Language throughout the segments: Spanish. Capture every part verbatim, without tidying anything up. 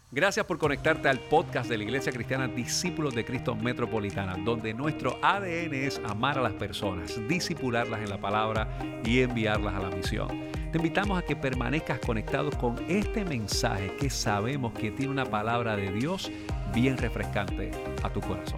Gracias por conectarte al podcast de la Iglesia Cristiana Discípulos de Cristo Metropolitana, donde nuestro A D N es amar a las personas, discipularlas en la palabra y enviarlas a la misión. Te invitamos a que permanezcas conectado con este mensaje que sabemos que tiene una palabra de Dios bien refrescante a tu corazón.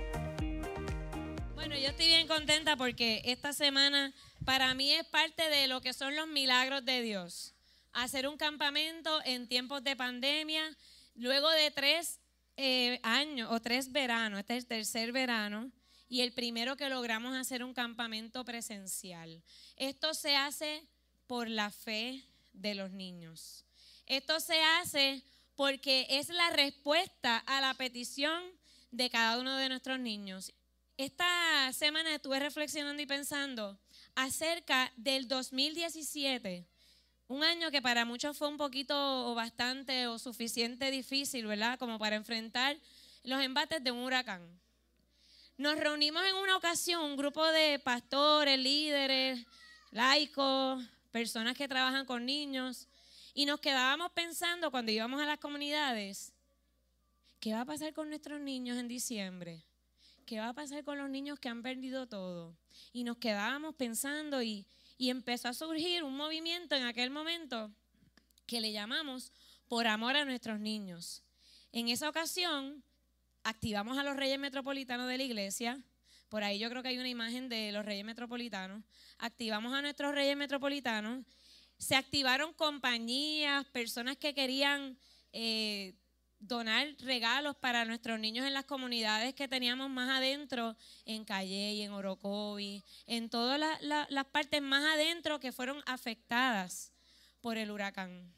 Bueno, yo estoy bien contenta porque esta semana para mí es parte de lo que son los milagros de Dios. Hacer un campamento en tiempos de pandemia, luego de tres eh, años o tres veranos, este es el tercer verano y el primero que logramos hacer un campamento presencial. Esto se hace por la fe de los niños. Esto se hace porque es la respuesta a la petición de cada uno de nuestros niños. Esta semana estuve reflexionando y pensando acerca del dos mil diecisiete. Un año que para muchos fue un poquito o bastante o suficiente difícil, ¿verdad? Como para enfrentar los embates de un huracán. Nos reunimos en una ocasión, un grupo de pastores, líderes, laicos, personas que trabajan con niños, y nos quedábamos pensando cuando íbamos a las comunidades, ¿qué va a pasar con nuestros niños en diciembre? ¿Qué va a pasar con los niños que han perdido todo? Y nos quedábamos pensando y... Y empezó a surgir un movimiento en aquel momento que le llamamos Por Amor a Nuestros Niños. En esa ocasión activamos a los Reyes Metropolitanos de la iglesia. Por ahí yo creo que hay una imagen de los Reyes Metropolitanos. Activamos a nuestros Reyes Metropolitanos. Se activaron compañías, personas que querían eh, donar regalos para nuestros niños en las comunidades que teníamos más adentro, en Calley, en Orocovi, en todas la, la, las partes más adentro que fueron afectadas por el huracán.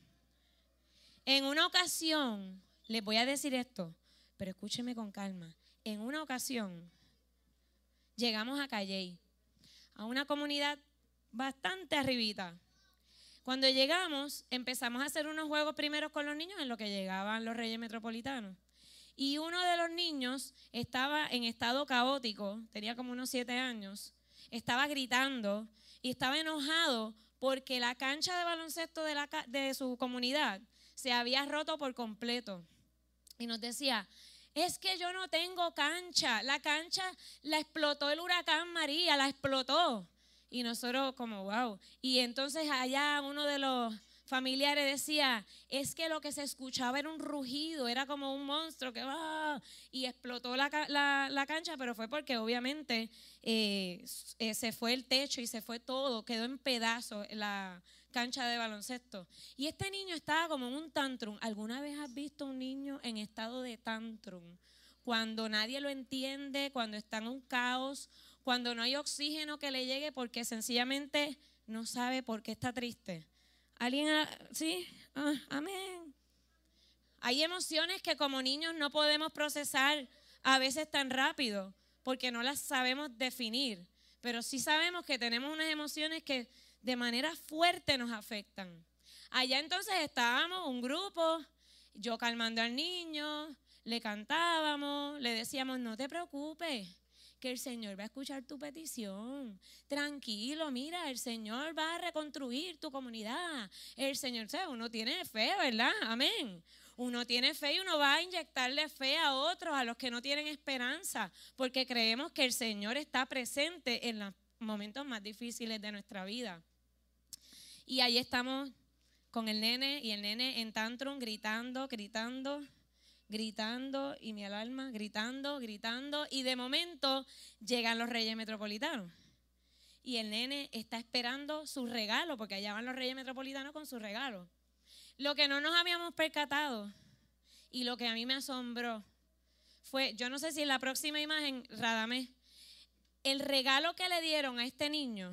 En una ocasión, les voy a decir esto, pero escúcheme con calma. En una ocasión, llegamos a Calley, a una comunidad bastante arribita. Cuando llegamos, empezamos a hacer unos juegos primeros con los niños en lo que llegaban los Reyes Metropolitanos. Y uno de los niños estaba en estado caótico, tenía como unos siete años, estaba gritando y estaba enojado porque la cancha de baloncesto de, la, de su comunidad se había roto por completo. Y nos decía, es que yo no tengo cancha, la cancha la explotó el huracán María, la explotó. Y nosotros como wow. Y entonces allá uno de los familiares decía, es que lo que se escuchaba era un rugido, era como un monstruo que va y explotó la, la, la cancha, pero fue porque obviamente eh, eh, se fue el techo y se fue todo, quedó en pedazos la cancha de baloncesto. Y este niño estaba como en un tantrum. ¿Alguna vez has visto un niño en estado de tantrum? Cuando nadie lo entiende, cuando está en un caos, cuando no hay oxígeno que le llegue porque sencillamente no sabe por qué está triste. ¿Alguien? ¿Sí? Ah, amén. Hay emociones que como niños no podemos procesar a veces tan rápido porque no las sabemos definir, pero sí sabemos que tenemos unas emociones que de manera fuerte nos afectan. Allá entonces estábamos un grupo, yo calmando al niño, le cantábamos, le decíamos no te preocupes, que el Señor va a escuchar tu petición. Tranquilo, mira, el Señor va a reconstruir tu comunidad. El Señor, ¿sabes? Uno tiene fe, ¿verdad? Amén. Uno tiene fe y uno va a inyectarle fe a otros, a los que no tienen esperanza, porque creemos que el Señor está presente en los momentos más difíciles de nuestra vida. Y ahí estamos con el nene y el nene en tantrum gritando, gritando. gritando y mi alarma gritando, gritando y de momento llegan los Reyes Metropolitanos y el nene está esperando su regalo porque allá van los Reyes Metropolitanos con su regalo. Lo que no nos habíamos percatado y lo que a mí me asombró fue, yo no sé si en la próxima imagen, Radamés, el regalo que le dieron a este niño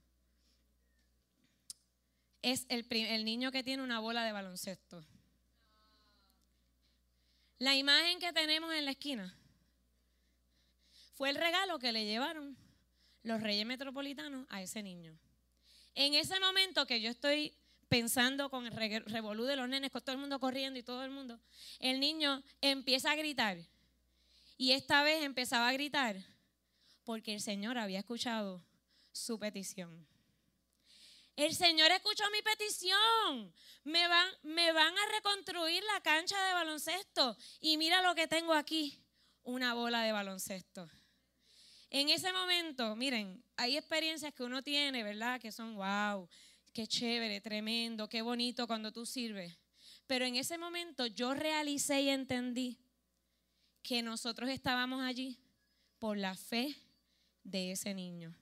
es el, el niño que tiene una bola de baloncesto. La imagen que tenemos en la esquina fue el regalo que le llevaron los Reyes Metropolitanos a ese niño. En ese momento que yo estoy pensando con el revolú de los nenes, con todo el mundo corriendo y todo el mundo, el niño empieza a gritar. Y esta vez empezaba a gritar porque el Señor había escuchado su petición. El Señor escuchó mi petición. Me van, me van a reconstruir la cancha de baloncesto. Y mira lo que tengo aquí, una bola de baloncesto. En ese momento, miren, hay experiencias que uno tiene, ¿verdad? Que son wow, qué chévere, tremendo, qué bonito cuando tú sirves. Pero en ese momento yo realicé y entendí que nosotros estábamos allí por la fe de ese niño.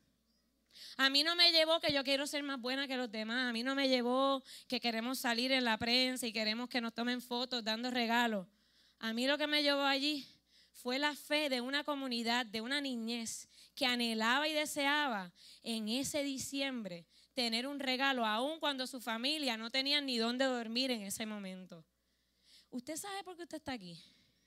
A mí no me llevó que yo quiero ser más buena que los demás. A mí no me llevó que queremos salir en la prensa y queremos que nos tomen fotos dando regalos. A mí lo que me llevó allí fue la fe de una comunidad, de una niñez que anhelaba y deseaba en ese diciembre tener un regalo, aun cuando su familia no tenía ni dónde dormir en ese momento. ¿Usted sabe por qué usted está aquí?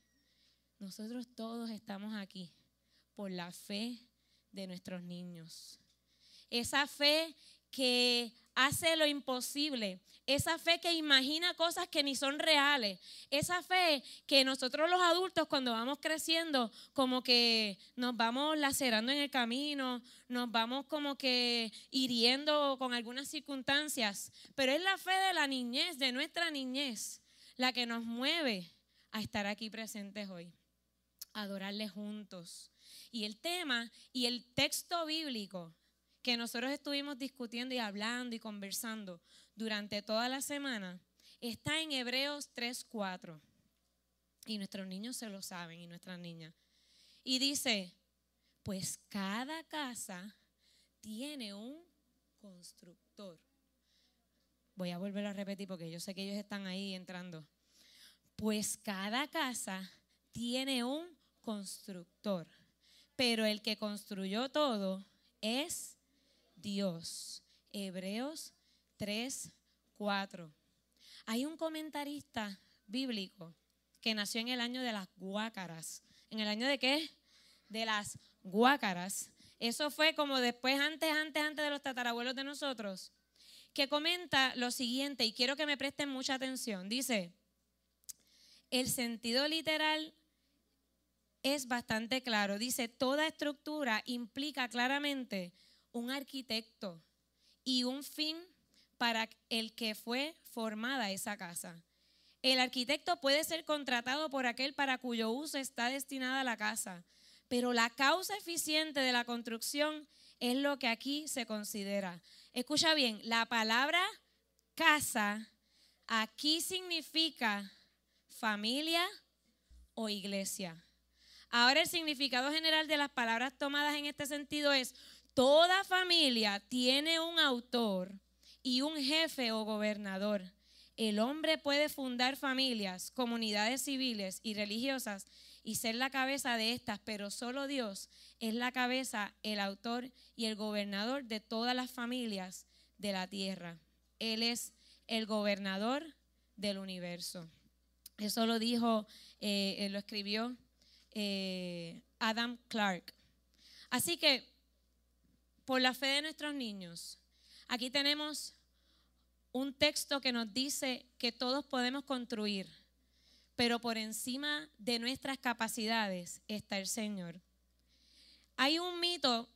Nosotros todos estamos aquí por la fe de nuestros niños. Esa fe que hace lo imposible, esa fe que imagina cosas que ni son reales, esa fe que nosotros los adultos cuando vamos creciendo como que nos vamos lacerando en el camino, nos vamos como que hiriendo con algunas circunstancias, pero es la fe de la niñez, de nuestra niñez, la que nos mueve a estar aquí presentes hoy, a adorarle juntos. Y el tema y el texto bíblico que nosotros estuvimos discutiendo y hablando y conversando durante toda la semana, está en Hebreos tres cuatro. Y nuestros niños se lo saben y nuestras niñas. Y dice, pues cada casa tiene un constructor. Voy a volver a repetir porque yo sé que ellos están ahí entrando. Pues cada casa tiene un constructor, pero el que construyó todo es Dios. Hebreos tres cuatro. Hay un comentarista bíblico que nació en el año de las guácaras. ¿En el año de qué? De las guácaras. Eso fue como después, antes, antes, antes de los tatarabuelos de nosotros, que comenta lo siguiente, y quiero que me presten mucha atención. Dice, el sentido literal es bastante claro. Dice, toda estructura implica claramente un arquitecto y un fin para el que fue formada esa casa. El arquitecto puede ser contratado por aquel para cuyo uso está destinada la casa, pero la causa eficiente de la construcción es lo que aquí se considera. Escucha bien, la palabra casa aquí significa familia o iglesia. Ahora el significado general de las palabras tomadas en este sentido es: toda familia tiene un autor y un jefe o gobernador. El hombre puede fundar familias, comunidades civiles y religiosas y ser la cabeza de estas, pero solo Dios es la cabeza, el autor y el gobernador de todas las familias de la tierra. Él es el gobernador del universo. Eso lo dijo, eh, lo escribió eh, Adam Clarke. Así que, por la fe de nuestros niños, aquí tenemos un texto que nos dice que todos podemos construir, pero por encima de nuestras capacidades está el Señor. Hay un mito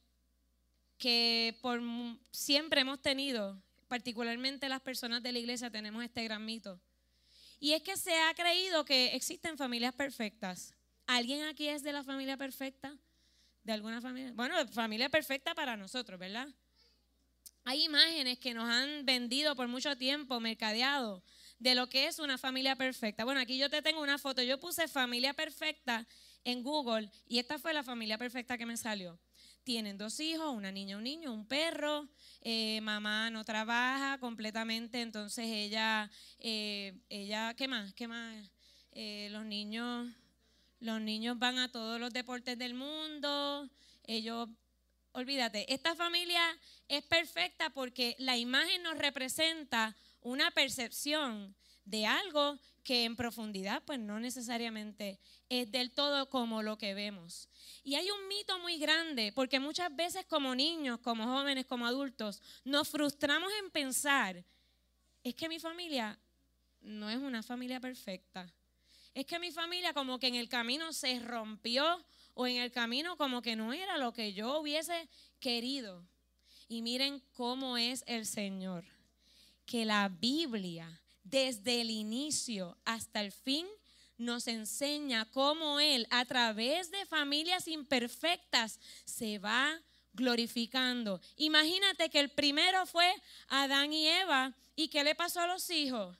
que por siempre hemos tenido, particularmente las personas de la iglesia tenemos este gran mito, y es que se ha creído que existen familias perfectas. ¿Alguien aquí es de la familia perfecta? ¿De alguna familia? Bueno, familia perfecta para nosotros, ¿verdad? Hay imágenes que nos han vendido por mucho tiempo, mercadeado, de lo que es una familia perfecta. Bueno, aquí yo te tengo una foto. Yo puse familia perfecta en Google y esta fue la familia perfecta que me salió. Tienen dos hijos, una niña, un niño, un perro. Eh, mamá no trabaja completamente, entonces ella, eh, ella, ¿qué más? ¿Qué más? Eh, los niños, los niños van a todos los deportes del mundo. Ellos, olvídate, esta familia es perfecta porque la imagen nos representa una percepción de algo que en profundidad pues no necesariamente es del todo como lo que vemos. Y hay un mito muy grande porque muchas veces como niños, como jóvenes, como adultos, nos frustramos en pensar, es que mi familia no es una familia perfecta. Es que mi familia como que en el camino se rompió o en el camino como que no era lo que yo hubiese querido. Y miren cómo es el Señor, que la Biblia, desde el inicio hasta el fin, nos enseña cómo Él, a través de familias imperfectas, se va glorificando. Imagínate que el primero fue Adán y Eva. ¿Y qué le pasó a los hijos?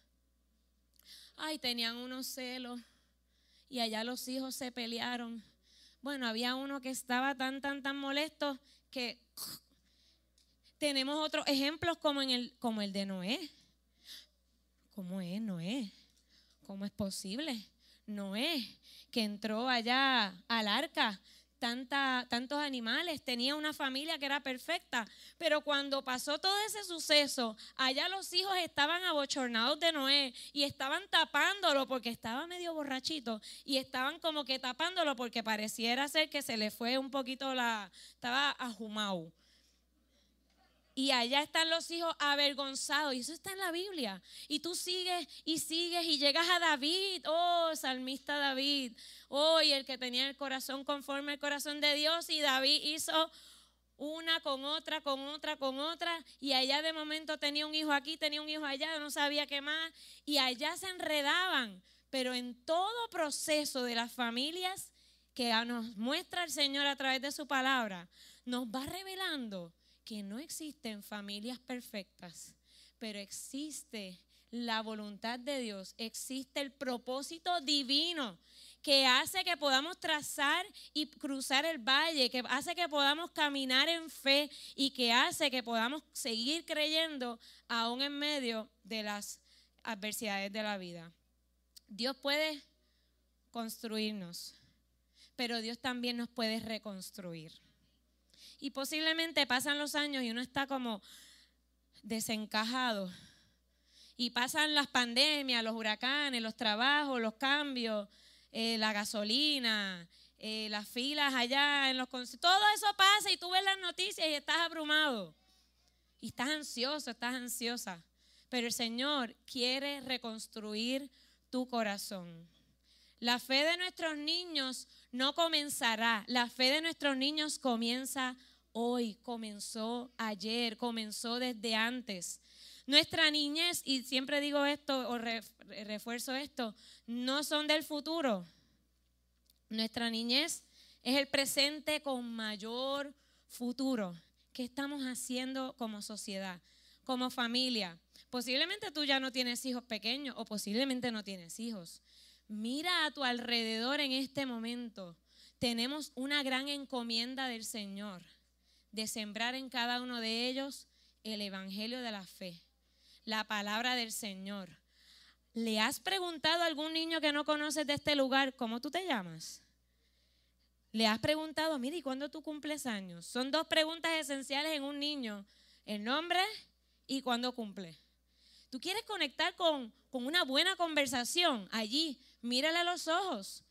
Ay, tenían unos celos y allá los hijos se pelearon. Bueno, había uno que estaba tan, tan, tan molesto que tenemos otros ejemplos como, en el, como el de Noé. ¿Cómo es Noé? ¿Cómo es posible? Noé, que entró allá al arca, tanta, tantos animales, tenía una familia que era perfecta, pero cuando pasó todo ese suceso, allá los hijos estaban abochornados de Noé y estaban tapándolo porque estaba medio borrachito y estaban como que tapándolo porque pareciera ser que se le fue un poquito la, estaba ajumado. Y allá están los hijos avergonzados. Y eso está en la Biblia. Y tú sigues y sigues y llegas a David. Oh, salmista David. Oh, y el que tenía el corazón conforme al corazón de Dios. Y David hizo una con otra, con otra, con otra. Y allá de momento tenía un hijo aquí, tenía un hijo allá, no sabía qué más. Y allá se enredaban. Pero en todo proceso de las familias que nos muestra el Señor a través de su palabra, nos va revelando que no existen familias perfectas, pero existe la voluntad de Dios, existe el propósito divino que hace que podamos trazar y cruzar el valle, que hace que podamos caminar en fe y que hace que podamos seguir creyendo aún en medio de las adversidades de la vida. Dios puede construirnos, pero Dios también nos puede reconstruir. Y posiblemente pasan los años y uno está como desencajado. Y pasan las pandemias, los huracanes, los trabajos, los cambios, eh, la gasolina, eh, las filas allá en los conciertos. Todo eso pasa y tú ves las noticias y estás abrumado. Y estás ansioso, estás ansiosa. Pero el Señor quiere reconstruir tu corazón. La fe de nuestros niños no comenzará. La fe de nuestros niños comienza hoy, comenzó ayer, comenzó desde antes. Nuestra niñez, y siempre digo esto o refuerzo esto, no son del futuro. Nuestra niñez es el presente con mayor futuro. ¿Qué estamos haciendo como sociedad, como familia? Posiblemente tú ya no tienes hijos pequeños o posiblemente no tienes hijos. Mira a tu alrededor en este momento. Tenemos una gran encomienda del Señor de sembrar en cada uno de ellos el evangelio de la fe, la palabra del Señor. ¿Le has preguntado a algún niño que no conoces de este lugar cómo tú te llamas? ¿Le has preguntado, mira, ¿y cuándo tú cumples años? Son dos preguntas esenciales en un niño, el nombre y cuándo cumple. ¿Tú quieres conectar con, con una buena conversación? Allí, mírale a los ojos,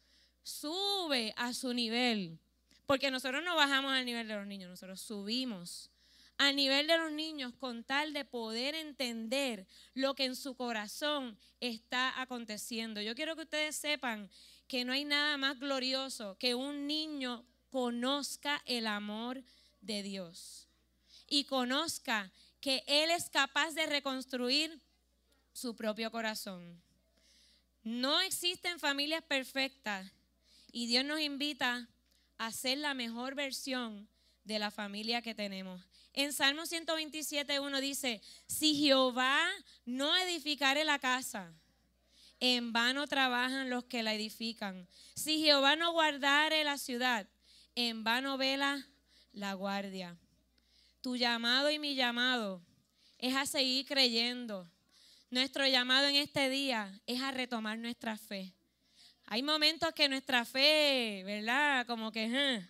sube a su nivel, porque nosotros no bajamos al nivel de los niños, nosotros subimos al nivel de los niños con tal de poder entender lo que en su corazón está aconteciendo. Yo quiero que ustedes sepan que no hay nada más glorioso que un niño conozca el amor de Dios y conozca que Él es capaz de reconstruir su propio corazón. No existen familias perfectas y Dios nos invita a ser la mejor versión de la familia que tenemos. En Salmo ciento veintisiete, uno dice, si Jehová no edificare la casa, en vano trabajan los que la edifican. Si Jehová no guardare la ciudad, en vano vela la guardia. Tu llamado y mi llamado es a seguir creyendo. Nuestro llamado en este día es a retomar nuestra fe. Hay momentos que nuestra fe, ¿verdad? Como que, eh,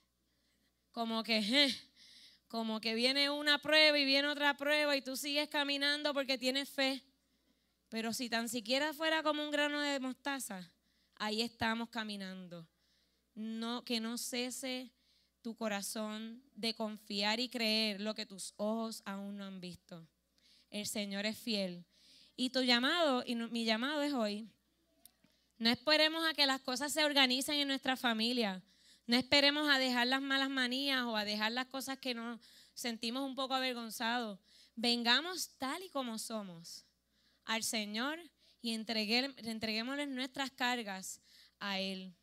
como que, eh, como que viene una prueba y viene otra prueba y tú sigues caminando porque tienes fe. Pero si tan siquiera fuera como un grano de mostaza, ahí estamos caminando. No, que no cese tu corazón de confiar y creer lo que tus ojos aún no han visto. El Señor es fiel. Y tu llamado, y mi llamado es hoy, no esperemos a que las cosas se organicen en nuestra familia. No esperemos a dejar las malas manías o a dejar las cosas que no, sentimos un poco avergonzados, vengamos tal y como somos al Señor y entregué, entreguémosle nuestras cargas a Él.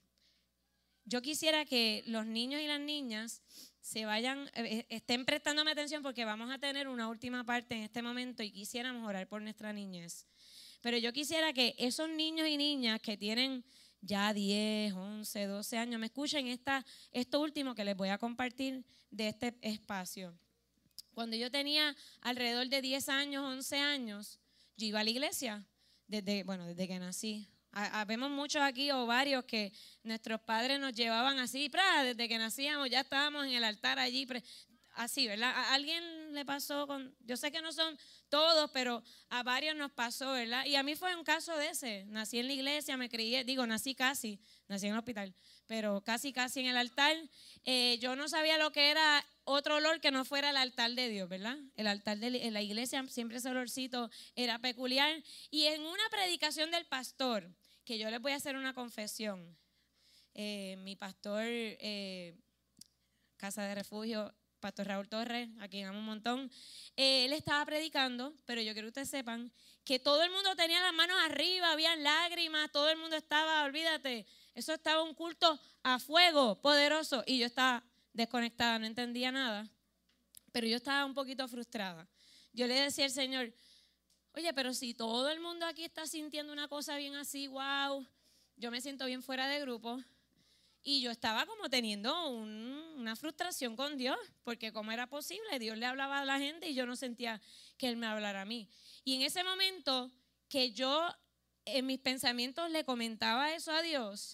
Yo quisiera que los niños y las niñas se vayan, eh, estén prestándome atención porque vamos a tener una última parte en este momento y quisiéramos orar por nuestra niñez. Pero yo quisiera que esos niños y niñas que tienen ya diez, once, doce años me escuchen esta, esto último que les voy a compartir de este espacio. Cuando yo tenía alrededor de diez años, once años, yo iba a la iglesia, desde, bueno, desde que nací. Habemos muchos aquí o varios que nuestros padres nos llevaban así, ¡pra! Desde que nacíamos ya estábamos en el altar allí, así, ¿verdad? ¿A alguien le pasó con, yo sé que no son todos, pero a varios nos pasó, ¿verdad? Y a mí fue un caso de ese, nací en la iglesia, me crié, digo, nací casi, nací en el hospital, pero casi, casi en el altar. Eh, yo no sabía lo que era otro olor que no fuera el altar de Dios, ¿verdad? El altar de la iglesia, siempre ese olorcito era peculiar. Y en una predicación del pastor, que yo les voy a hacer una confesión, eh, mi pastor, eh, Casa de Refugio, Pastor Raúl Torres, a quien amo un montón, eh, él estaba predicando, pero yo quiero que ustedes sepan que todo el mundo tenía las manos arriba, habían lágrimas, todo el mundo estaba, olvídate, eso estaba un culto a fuego, poderoso, y yo estaba desconectada, no entendía nada, pero yo estaba un poquito frustrada. Yo le decía al Señor, oye, pero si todo el mundo aquí está sintiendo una cosa bien así, wow, yo me siento bien fuera de grupo. Y yo estaba como teniendo un, una frustración con Dios, porque cómo era posible, Dios le hablaba a la gente y yo no sentía que Él me hablara a mí. Y en ese momento que yo en mis pensamientos le comentaba eso a Dios,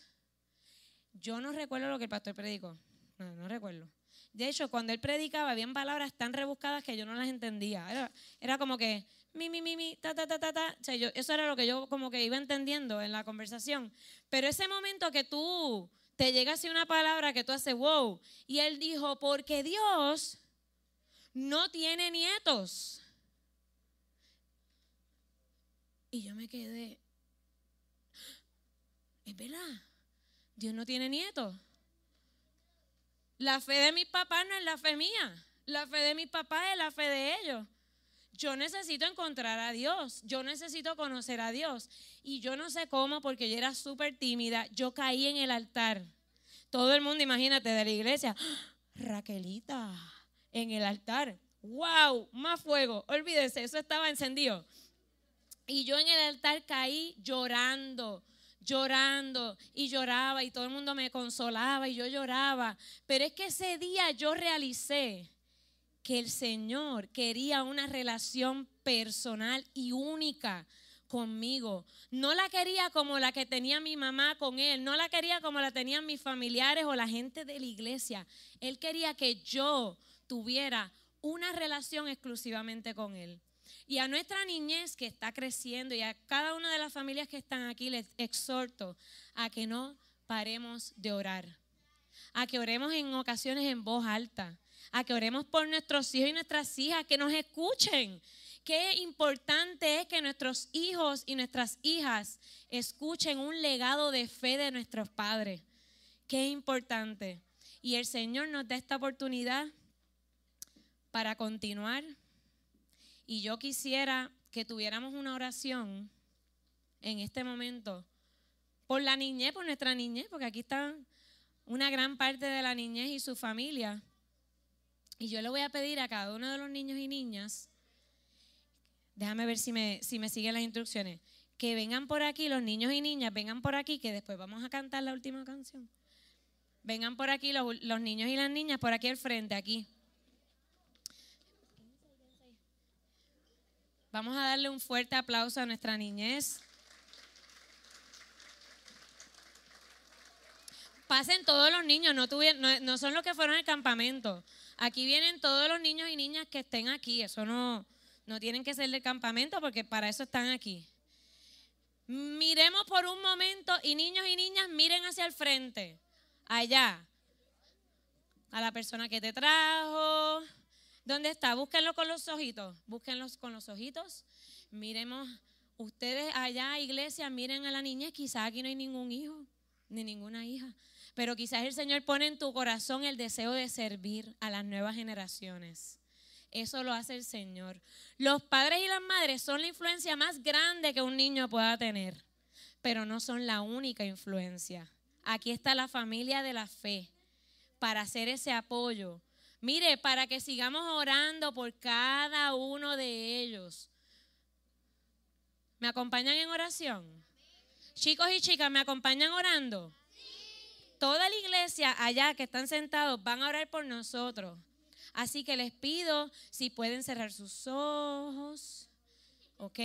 yo no recuerdo lo que el pastor predicó, no, no recuerdo. De hecho, cuando él predicaba, habían palabras tan rebuscadas que yo no las entendía. Era, era como que, mi, mi, mi, mi, ta, ta, ta, ta, ta. O sea, yo, eso era lo que yo como que iba entendiendo en la conversación. Pero ese momento que tú te llega así una palabra que tú haces, wow. Y él dijo, porque Dios no tiene nietos. Y yo me quedé, es verdad, Dios no tiene nietos. La fe de mis papás no es la fe mía. La fe de mis papás es la fe de ellos. Yo necesito encontrar a Dios. Yo necesito conocer a Dios. Y yo no sé cómo, porque yo era súper tímida. Yo caí en el altar. Todo el mundo, imagínate, de la iglesia. Raquelita, en el altar. ¡Wow! Más fuego. Olvídese, eso estaba encendido. Y yo en el altar caí llorando. llorando y lloraba y todo el mundo me consolaba y yo lloraba, pero es que ese día yo realicé que el Señor quería una relación personal y única conmigo. No la quería como la que tenía mi mamá con Él, no la quería como la tenían mis familiares o la gente de la iglesia. Él quería que yo tuviera una relación exclusivamente con Él. Y a nuestra niñez que está creciendo y a cada una de las familias que están aquí les exhorto a que no paremos de orar, a que oremos en ocasiones en voz alta, a que oremos por nuestros hijos y nuestras hijas, que nos escuchen. Qué importante es que nuestros hijos y nuestras hijas escuchen un legado de fe de nuestros padres. Qué importante. Y el Señor nos da esta oportunidad para continuar. Y yo quisiera que tuviéramos una oración en este momento por la niñez, por nuestra niñez, porque aquí está una gran parte de la niñez y su familia. Y yo le voy a pedir a cada uno de los niños y niñas, déjame ver si me, si me siguen las instrucciones, que vengan por aquí, los niños y niñas, vengan por aquí, que después vamos a cantar la última canción. Vengan por aquí los, los niños y las niñas, por aquí al frente, aquí. Vamos a darle un fuerte aplauso a nuestra niñez. Pasen todos los niños, no, tuvieron, no, no son los que fueron al campamento. Aquí vienen todos los niños y niñas que estén aquí. Eso no, no tienen que ser del campamento porque para eso están aquí. Miremos por un momento y niños y niñas miren hacia el frente, allá, a la persona que te trajo. ¿Dónde está? Búsquenlo con los ojitos. Búsquenlos con los ojitos. Miremos, ustedes allá, iglesia, miren a la niñez. Quizás aquí no hay ningún hijo, ni ninguna hija. Pero quizás el Señor pone en tu corazón el deseo de servir a las nuevas generaciones. Eso lo hace el Señor. Los padres y las madres son la influencia más grande que un niño pueda tener, pero no son la única influencia. Aquí está la familia de la fe para hacer ese apoyo. Mire, para que sigamos orando por cada uno de ellos. ¿Me acompañan en oración? Chicos y chicas, ¿me acompañan orando? Toda la iglesia allá que están sentados van a orar por nosotros. Así que les pido si pueden cerrar sus ojos, ¿ok?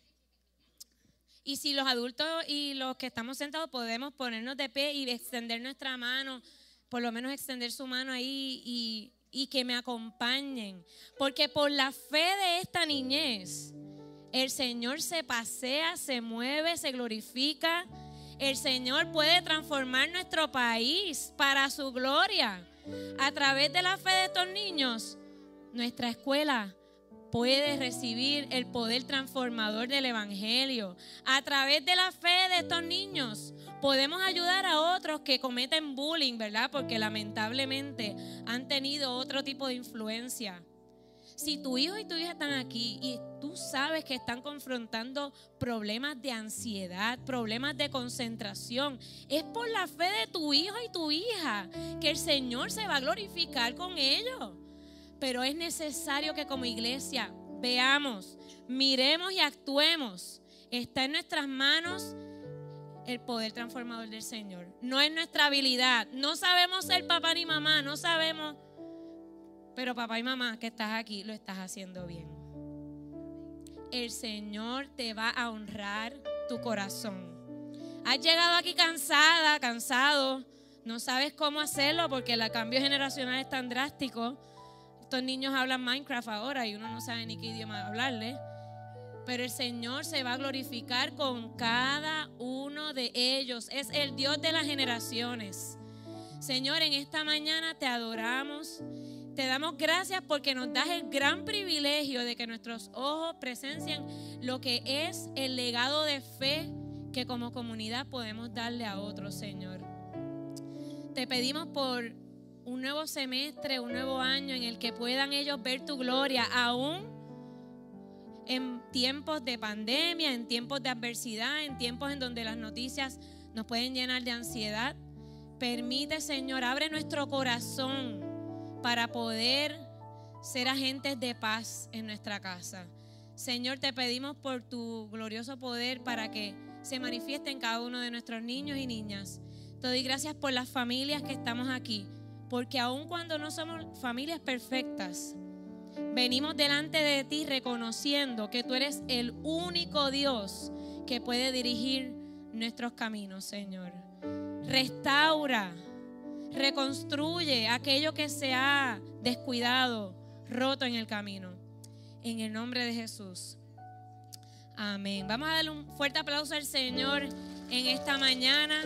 Y si los adultos y los que estamos sentados podemos ponernos de pie y extender nuestra mano, por lo menos extender su mano ahí y, y que me acompañen. Porque por la fe de esta niñez, el Señor se pasea, se mueve, se glorifica. El Señor puede transformar nuestro país para su gloria. A través de la fe de estos niños, nuestra escuela puede recibir el poder transformador del Evangelio. A través de la fe de estos niños, podemos ayudar a otros que cometen bullying, ¿verdad? Porque lamentablemente han tenido otro tipo de influencia. Si tu hijo y tu hija están aquí y tú sabes que están confrontando problemas de ansiedad, problemas de concentración, es por la fe de tu hijo y tu hija que el Señor se va a glorificar con ellos. Pero es necesario que como iglesia veamos, miremos y actuemos. Está en nuestras manos el poder transformador del Señor. No es nuestra habilidad. No sabemos ser papá ni mamá, no sabemos. Pero papá y mamá, que estás aquí, lo estás haciendo bien. El Señor te va a honrar tu corazón. Has llegado aquí cansada, cansado. No sabes cómo hacerlo porque el cambio generacional es tan drástico. Estos niños hablan Minecraft ahora y uno no sabe ni qué idioma hablarle. Pero el Señor se va a glorificar con cada uno de ellos. Es el Dios de las generaciones. Señor, en esta mañana te adoramos. Te damos gracias porque nos das el gran privilegio de que nuestros ojos presencien lo que es el legado de fe que como comunidad podemos darle a otros, Señor. Te pedimos por un nuevo semestre, un nuevo año en el que puedan ellos ver tu gloria, aún en tiempos de pandemia, en tiempos de adversidad, en tiempos en donde las noticias nos pueden llenar de ansiedad. Permite, Señor, abre nuestro corazón para poder ser agentes de paz en nuestra casa. Señor, te pedimos por tu glorioso poder para que se manifieste en cada uno de nuestros niños y niñas. Te doy gracias por las familias que estamos aquí, porque aun cuando no somos familias perfectas, venimos delante de ti reconociendo que tú eres el único Dios que puede dirigir nuestros caminos, Señor. Restaura, reconstruye aquello que se ha descuidado, roto en el camino. En el nombre de Jesús. Amén. Vamos a darle un fuerte aplauso al Señor en esta mañana.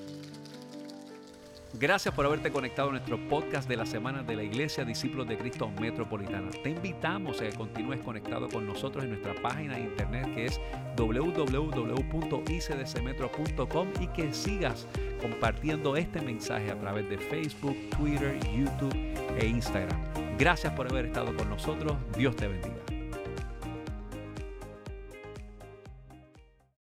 Gracias por haberte conectado a nuestro podcast de la semana de la Iglesia Discípulos de Cristo Metropolitana. Te invitamos a que continúes conectado con nosotros en nuestra página de internet que es doble u doble u doble u punto i c d c metro punto com y que sigas compartiendo este mensaje a través de Facebook, Twitter, YouTube e Instagram. Gracias por haber estado con nosotros. Dios te bendiga.